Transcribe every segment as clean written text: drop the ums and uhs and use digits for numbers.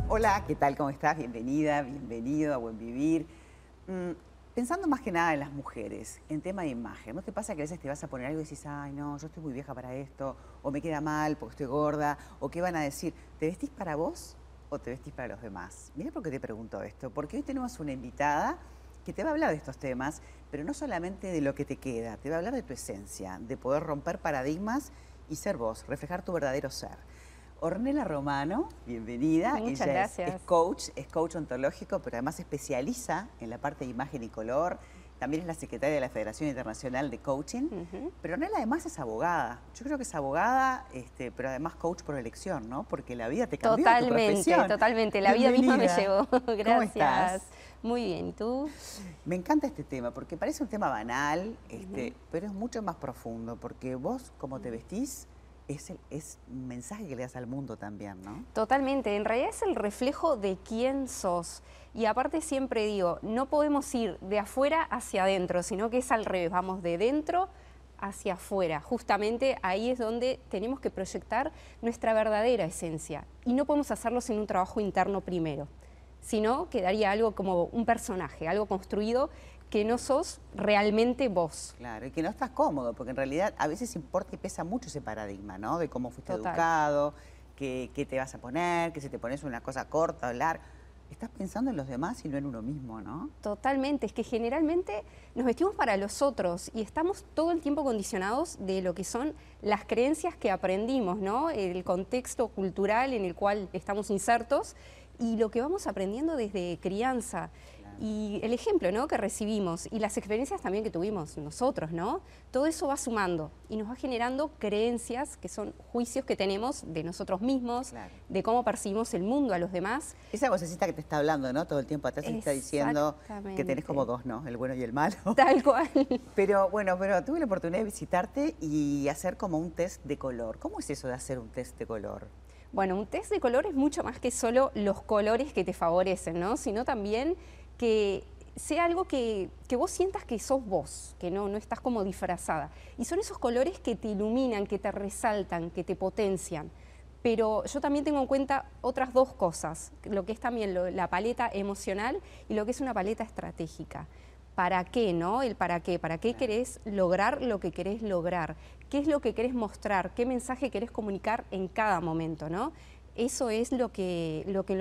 Hola, ¿qué tal? ¿Cómo estás? Bienvenida, bienvenido a Buen Vivir. Pensando más que nada en las mujeres, en tema de imagen, ¿no te pasa que a veces te vas a poner algo y decís, ay, no, yo estoy muy vieja para esto, o me queda mal porque estoy gorda, o qué van a decir? ¿Te vestís para vos o te vestís para los demás? Mira por qué te pregunto esto, porque hoy tenemos una invitada que te va a hablar de estos temas, pero no solamente de lo que te queda, te va a hablar de tu esencia, de poder romper paradigmas y ser vos, reflejar tu verdadero ser. Ornella Romano, bienvenida. Muchas Ella gracias. es coach ontológico, pero además se especializa en la parte de imagen y color. También es la secretaria de la Federación Internacional de Coaching. Pero Ornella además es abogada. Yo creo que es abogada, pero además coach por elección, ¿no? Porque la vida te cambió tu profesión. Totalmente. La vida misma me llevó. Gracias. ¿Cómo estás? Muy bien. ¿Y tú? Me encanta este tema porque parece un tema banal, pero es mucho más profundo. Porque vos, como te vestís, es un mensaje que le das al mundo también, ¿no? Totalmente. En realidad es el reflejo de quién sos. Y aparte siempre digo, no podemos ir de afuera hacia adentro, sino que es al revés. Vamos de dentro hacia afuera. Justamente ahí es donde tenemos que proyectar nuestra verdadera esencia. Y no podemos hacerlo sin un trabajo interno primero. Sino quedaría algo como un personaje, algo construido que no sos realmente vos. Claro, y que no estás cómodo, porque en realidad a veces importa y pesa mucho ese paradigma, ¿no? De cómo fuiste educado, qué te vas a poner, que si te pones una cosa corta o larga. Estás pensando en los demás y no en uno mismo, ¿no? Totalmente, es que generalmente nos vestimos para los otros y estamos todo el tiempo condicionados de lo que son las creencias que aprendimos, ¿no? El contexto cultural en el cual estamos insertos y lo que vamos aprendiendo desde crianza. Y el ejemplo, ¿no?, que recibimos y las experiencias también que tuvimos nosotros, ¿no? Todo eso va sumando y nos va generando creencias que son juicios que tenemos de nosotros mismos, de cómo percibimos el mundo a los demás. Esa vocecita que te está hablando, ¿no? Todo el tiempo atrás te está diciendo que tenés como dos, ¿no? El bueno y el malo. Tal cual. Pero bueno, tuve la oportunidad de visitarte y hacer como un test de color. ¿Cómo es eso de hacer un test de color? Bueno, un test de color es mucho más que solo los colores que te favorecen, ¿no? Sino también que sea algo que vos sientas que sos vos, que no estás como disfrazada. Y son esos colores que te iluminan, que te resaltan, que te potencian. Pero yo también tengo en cuenta otras dos cosas, lo que es también la paleta emocional y lo que es una paleta estratégica. ¿Para qué, no? El para qué. ¿Para qué querés lograr lo que querés lograr? ¿Qué es lo que querés mostrar? ¿Qué mensaje querés comunicar en cada momento, no? Eso es lo que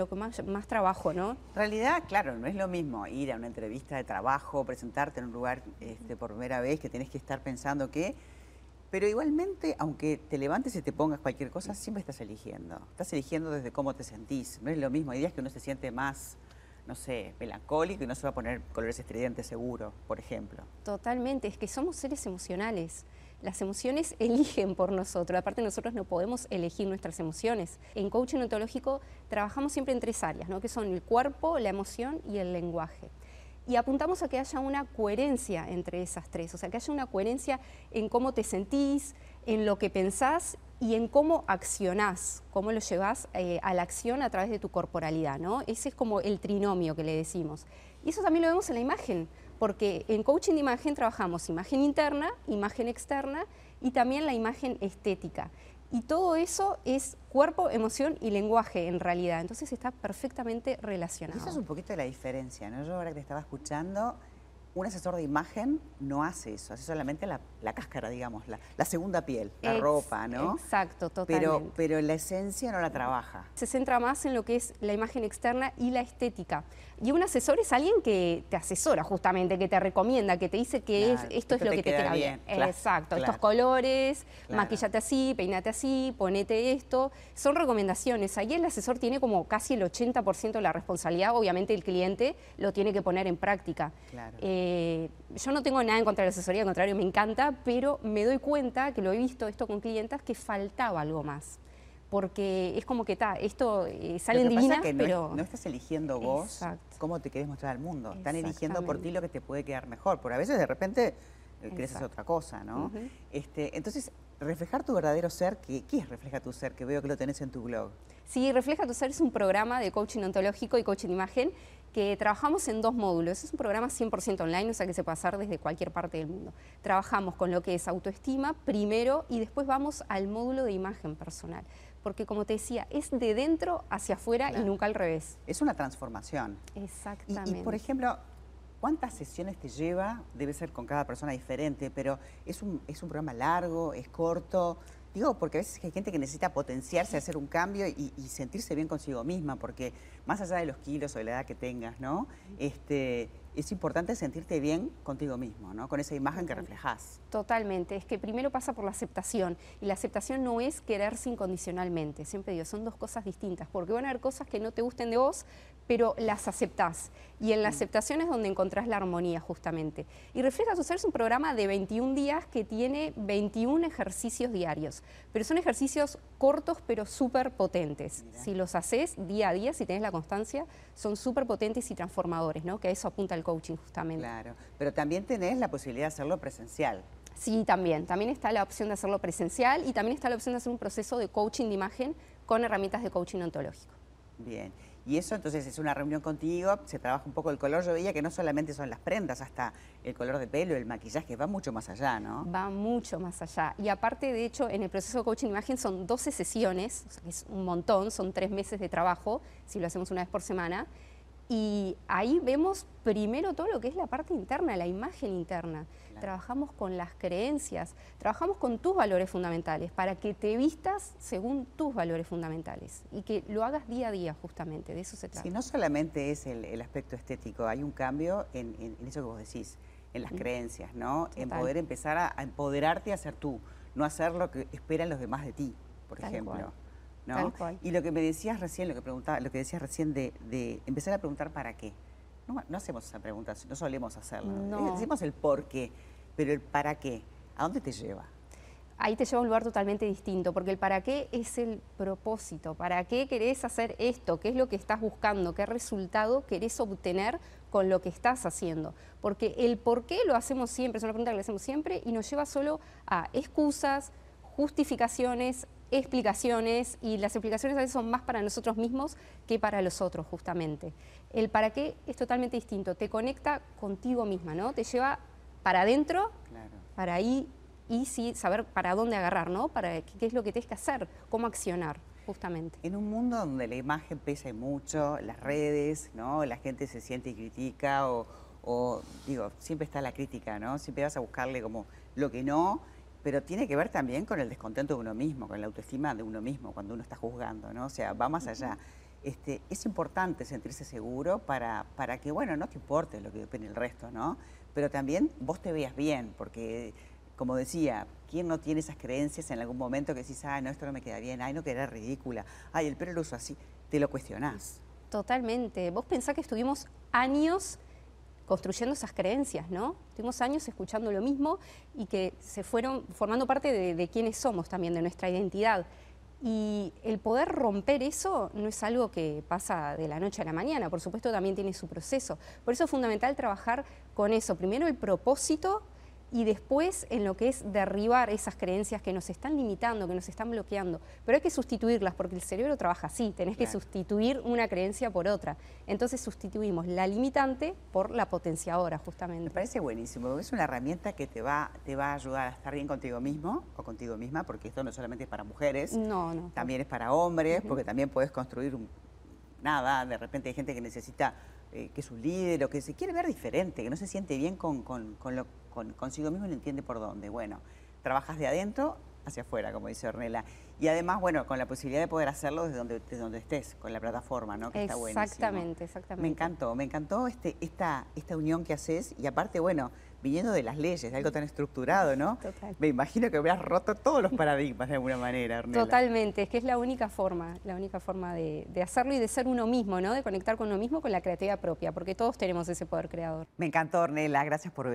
más trabajo, ¿no? En realidad, claro, no es lo mismo ir a una entrevista de trabajo, presentarte en un lugar por primera vez, que tenés que estar pensando que... Pero igualmente, aunque te levantes y te pongas cualquier cosa, siempre estás eligiendo. Estás eligiendo desde cómo te sentís. No es lo mismo. Hay días que uno se siente más, no sé, melancólico y no se va a poner colores estridentes seguro, por ejemplo. Totalmente. Es que somos seres emocionales. Las emociones eligen por nosotros, aparte nosotros no podemos elegir nuestras emociones. En coaching ontológico trabajamos siempre en tres áreas, ¿no?, que son el cuerpo, la emoción y el lenguaje. Y apuntamos a que haya una coherencia entre esas tres, o sea, que haya una coherencia en cómo te sentís, en lo que pensás y en cómo accionás, cómo lo llevás a la acción a través de tu corporalidad, ¿no? Ese es como el trinomio que le decimos. Y eso también lo vemos en la imagen, porque en coaching de imagen trabajamos imagen interna, imagen externa y también la imagen estética. Y todo eso es cuerpo, emoción y lenguaje en realidad, entonces está perfectamente relacionado. Eso es un poquito de la diferencia, ¿no? Yo ahora que te estaba escuchando, un asesor de imagen no hace eso, hace solamente la cáscara, digamos, la segunda piel, la ropa, ¿no? Exacto, totalmente. Pero la esencia no la trabaja. Se centra más en lo que es la imagen externa y la estética. Y un asesor es alguien que te asesora justamente, que te recomienda, que te dice que esto es lo que te queda bien. Exacto, estos colores, maquillate así, peinate así, ponete esto. Son recomendaciones. Ahí el asesor tiene como casi el 80% de la responsabilidad. Obviamente el cliente lo tiene que poner en práctica. Yo no tengo nada en contra de la asesoría, al contrario, me encanta, pero me doy cuenta, que lo he visto esto con clientas, que faltaba algo más. Porque es como que esto salen divinas, pero... No estás eligiendo vos cómo te querés mostrar al mundo. Están eligiendo por ti lo que te puede quedar mejor. Porque a veces de repente querés hacer otra cosa, ¿no? Entonces, reflejar tu verdadero ser, ¿qué es Refleja tu Ser? Que veo que lo tenés en tu blog. Sí, Refleja tu Ser es un programa de coaching ontológico y coaching de imagen que trabajamos en 2 módulos. Es un programa 100% online, o sea que se puede hacer desde cualquier parte del mundo. Trabajamos con lo que es autoestima primero y después vamos al módulo de imagen personal. Porque como te decía, es de dentro hacia afuera y nunca al revés. Es una transformación. Exactamente. Y por ejemplo, ¿cuántas sesiones te lleva? Debe ser con cada persona diferente, pero ¿es un programa largo, es corto? Digo, porque a veces hay gente que necesita potenciarse, hacer un cambio y sentirse bien consigo misma, porque más allá de los kilos o de la edad que tengas, ¿no? Es importante sentirte bien contigo mismo, ¿no? Con esa imagen que reflejás. Totalmente, es que primero pasa por la aceptación, y la aceptación no es quererse incondicionalmente, siempre digo, son 2 cosas distintas, porque van a haber cosas que no te gusten de vos, pero las aceptás, y en la aceptación es donde encontrás la armonía justamente. Y Refleja tu Ser es un programa de 21 días que tiene 21 ejercicios diarios, pero son ejercicios cortos pero súper potentes. Mira. Si los haces día a día, si tenés la constancia, son súper potentes y transformadores, ¿no? Que a eso apunta el coaching justamente. Claro, pero también tenés la posibilidad de hacerlo presencial. Sí, también está la opción de hacerlo presencial y también está la opción de hacer un proceso de coaching de imagen con herramientas de coaching ontológico. Bien, y eso entonces es una reunión contigo, se trabaja un poco el color, yo veía que no solamente son las prendas, hasta el color de pelo, el maquillaje, va mucho más allá, ¿no? Va mucho más allá. Y aparte, de hecho, en el proceso de coaching de imagen son 12 sesiones, o sea, que es un montón, son 3 meses de trabajo, si lo hacemos una vez por semana. Y ahí vemos primero todo lo que es la parte interna, la imagen interna. Claro. Trabajamos con las creencias, trabajamos con tus valores fundamentales para que te vistas según tus valores fundamentales y que lo hagas día a día justamente, de eso se trata. Sí, no solamente es el aspecto estético, hay un cambio en eso que vos decís, en las creencias, ¿no? Total. En poder empezar a empoderarte a ser tú, no hacer lo que esperan los demás de ti, por ejemplo. Cual. ¿No? Tal cual. Y lo que me decías recién, lo que decías recién de empezar a preguntar para qué. No hacemos esa pregunta, no solemos hacerla. No. Decimos el por qué, pero el para qué, ¿a dónde te lleva? Ahí te lleva a un lugar totalmente distinto, porque el para qué es el propósito. ¿Para qué querés hacer esto? ¿Qué es lo que estás buscando? ¿Qué resultado querés obtener con lo que estás haciendo? Porque el por qué lo hacemos siempre, es una pregunta que le hacemos siempre y nos lleva solo a excusas, justificaciones, explicaciones, y las explicaciones a veces son más para nosotros mismos que para los otros justamente. El para qué es totalmente distinto, te conecta contigo misma, ¿no? Te lleva para adentro, Claro. para ahí y sí saber para dónde agarrar, ¿no? Para qué es lo que tienes que hacer, cómo accionar justamente. En un mundo donde la imagen pesa mucho, las redes, ¿no? La gente se siente y critica o digo, siempre está la crítica, ¿no? Siempre vas a buscarle como lo que no, pero tiene que ver también con el descontento de uno mismo, con la autoestima de uno mismo cuando uno está juzgando, ¿no? O sea, va más allá. Es importante sentirse seguro para que, bueno, no te importe lo que opine el resto, ¿no? Pero también vos te veas bien, porque, como decía, ¿quién no tiene esas creencias en algún momento que decís, no, esto no me queda bien, no queda ridícula, el pelo lo uso así? Te lo cuestionás. Totalmente. Vos pensás que estuvimos años construyendo esas creencias, ¿no? Tuvimos años escuchando lo mismo y que se fueron formando parte de quiénes somos también, de nuestra identidad. Y el poder romper eso no es algo que pasa de la noche a la mañana, por supuesto también tiene su proceso. Por eso es fundamental trabajar con eso. Primero el propósito y después en lo que es derribar esas creencias que nos están limitando, que nos están bloqueando. Pero hay que sustituirlas porque el cerebro trabaja así, tenés que sustituir una creencia por otra. Entonces sustituimos la limitante por la potenciadora justamente. Me parece buenísimo, porque es una herramienta que te va a ayudar a estar bien contigo mismo o contigo misma, porque esto no solamente es para mujeres, no. También es para hombres, porque también podés construir de repente hay gente que necesita que es un líder o que se quiere ver diferente, que no se siente bien consigo mismo y no entiende por dónde. Bueno, trabajas de adentro hacia afuera, como dice Ornella. Y además, bueno, con la posibilidad de poder hacerlo desde donde estés, con la plataforma, ¿no? Que está buenísimo. Exactamente. Me encantó esta unión que haces y aparte, bueno, viniendo de las leyes, de algo tan estructurado, ¿no? Total. Me imagino que habrás roto todos los paradigmas de alguna manera, Ornella. Totalmente, es que es la única forma de hacerlo y de ser uno mismo, ¿no? De conectar con uno mismo, con la creatividad propia, porque todos tenemos ese poder creador. Me encantó, Ornella, gracias por venir.